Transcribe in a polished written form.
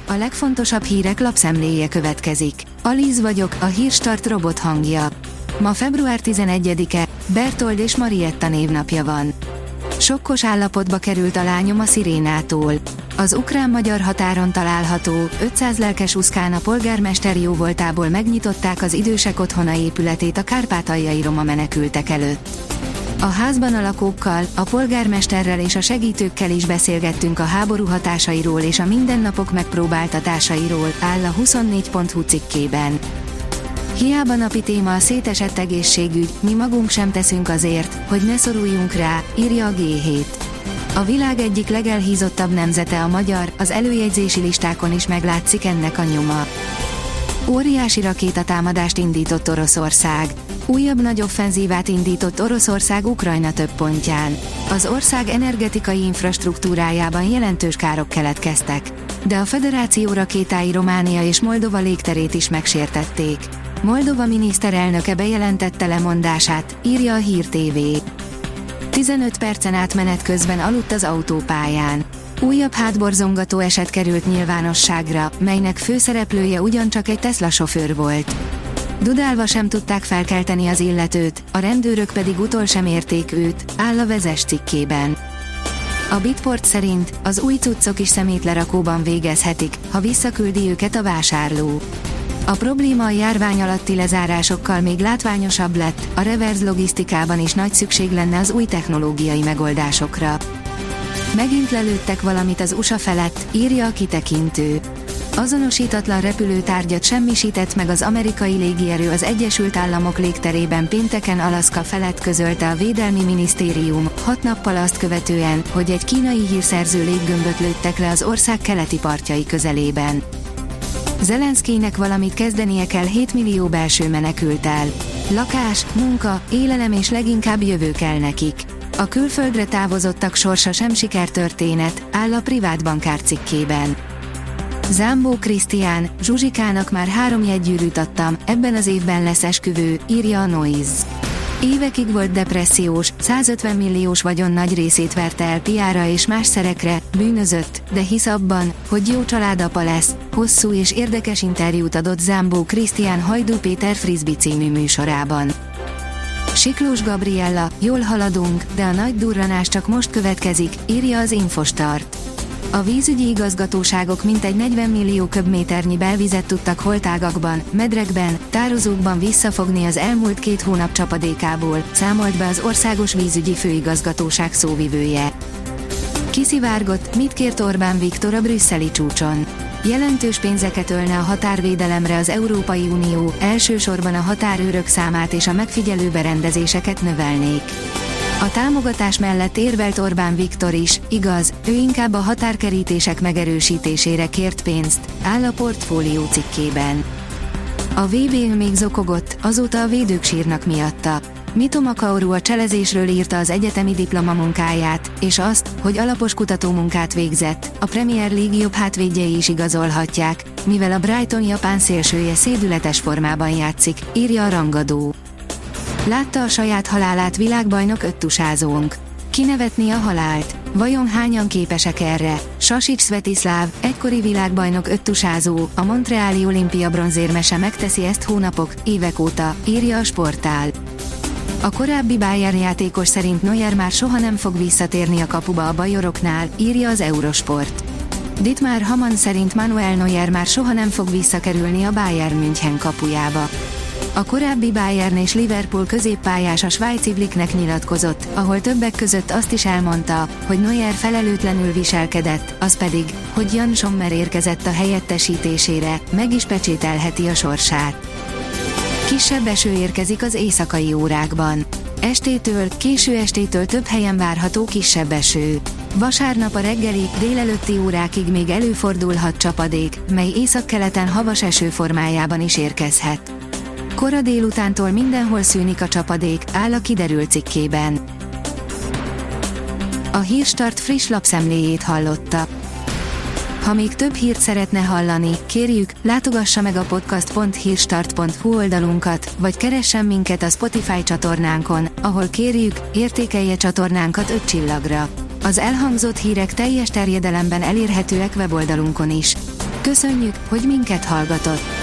A legfontosabb hírek lapszemléje következik. Alíz vagyok, a Hírstart robot hangja. Ma február 11-e, Bertold és Marietta névnapja van. Sokkos állapotba került a lányom a szirénától. Az ukrán-magyar határon található, 500 lelkes uszkán a polgármester jóvoltából megnyitották az idősek otthona épületét a kárpátaljai roma menekültek előtt. A házban a lakókkal, a polgármesterrel és a segítőkkel is beszélgettünk a háború hatásairól és a mindennapok megpróbáltatásairól, áll a 24.hu cikkében. Hiába napi téma a szétesett egészségügy, mi magunk sem teszünk azért, hogy ne szoruljunk rá, írja a G7. A világ egyik legelhízottabb nemzete a magyar, az előjegyzési listákon is meglátszik ennek a nyoma. Óriási rakétatámadást indított Oroszország. Újabb nagy offenzívát indított Oroszország Ukrajna több pontján. Az ország energetikai infrastruktúrájában jelentős károk keletkeztek. De a föderáció rakétái Románia és Moldova légterét is megsértették. Moldova miniszterelnöke bejelentette lemondását, írja a Hír TV. 15 percen át menet közben aludt az autópályán. Újabb hátborzongató eset került nyilvánosságra, melynek főszereplője ugyancsak egy Tesla sofőr volt. Dudálva sem tudták felkelteni az illetőt, a rendőrök pedig utol sem érték őt, áll a Vezes cikkében. A Bitport szerint az új cuccok is szemétlerakóban végezhetik, ha visszaküldi őket a vásárló. A probléma a járvány alatti lezárásokkal még látványosabb lett, a reverse logisztikában is nagy szükség lenne az új technológiai megoldásokra. Megint lelőttek valamit az USA felett, írja a kitekintő. Azonosítatlan repülőtárgyat semmisített meg az amerikai légierő az Egyesült Államok légterében pénteken Alaszka felett, közölte a Védelmi Minisztérium, 6 nappal azt követően, hogy egy kínai hírszerző léggömböt lőttek le az ország keleti partjai közelében. Zelenszkijnek valamit kezdenie kell 7 millió belső menekülttel. Lakás, munka, élelem és leginkább jövő kell nekik. A külföldre távozottak sorsa sem sikertörténet, áll a Privát Bankár cikkében. Zámbó Krisztián, Zsuzsikának már 3 jegygyűrűt adtam, ebben az évben lesz esküvő, írja a Noise. Évekig volt depressziós, 150 milliós vagyon nagy részét verte el PR-ra és más szerekre, bűnözött, de hisz abban, hogy jó családapa lesz. Hosszú és érdekes interjút adott Zámbó Krisztián Hajdú Péter Frisbee című műsorában. Siklós Gabriella, jól haladunk, de a nagy durranás csak most következik, írja az Infostart. A vízügyi igazgatóságok mintegy 40 millió köbméternyi belvizet tudtak holtágakban, medrekben, tározókban visszafogni az elmúlt 2 hónap csapadékából, számolt be az Országos Vízügyi Főigazgatóság szóvivője. Kiszivárgott, mit kért Orbán Viktor a brüsszeli csúcson. Jelentős pénzeket ölne a határvédelemre az Európai Unió, elsősorban a határőrök számát és a megfigyelő berendezéseket növelnék. A támogatás mellett érvelt Orbán Viktor is, igaz, ő inkább a határkerítések megerősítésére kért pénzt, áll a Portfólió cikkében. A VB még zokogott, azóta a védők sírnak miatta. Mitoma Kaoru a cselezésről írta az egyetemi diplomamunkáját, és azt, hogy alapos kutatómunkát végzett, a Premier League jobb hátvédjei is igazolhatják, mivel a Brighton japán szélsője szédületes formában játszik, írja a rangadó. Látta a saját halálát világbajnok öttusázónk. Kinevetni a halált? Vajon hányan képesek erre? Sasics Svetislav, egykori világbajnok öttusázó, a Montreali Olimpia bronzérmese megteszi ezt hónapok, évek óta, írja a Sportál. A korábbi Bayern játékos szerint Neuer már soha nem fog visszatérni a kapuba a bajoroknál, írja az Eurosport. Dietmar Hamann szerint Manuel Neuer már soha nem fog visszakerülni a Bayern München kapujába. A korábbi Bayern és Liverpool középpályás a svájci Blicknek nyilatkozott, ahol többek között azt is elmondta, hogy Neuer felelőtlenül viselkedett, az pedig, hogy Jan Sommer érkezett a helyettesítésére, meg is pecsételheti a sorsát. Kisebb eső érkezik az éjszakai órákban. Késő estétől több helyen várható kisebb eső. Vasárnap a reggeli, délelőtti órákig még előfordulhat csapadék, mely északkeleten havas eső formájában is érkezhet. Kora délutántól mindenhol szűnik a csapadék, áll a Kiderült cikkében. A Hírstart friss lapszemléjét hallotta. Ha még több hírt szeretne hallani, kérjük, látogassa meg a podcast.hírstart.hu oldalunkat, vagy keressen minket a Spotify csatornánkon, ahol kérjük, értékelje csatornánkat 5 csillagra. Az elhangzott hírek teljes terjedelemben elérhetőek weboldalunkon is. Köszönjük, hogy minket hallgatott!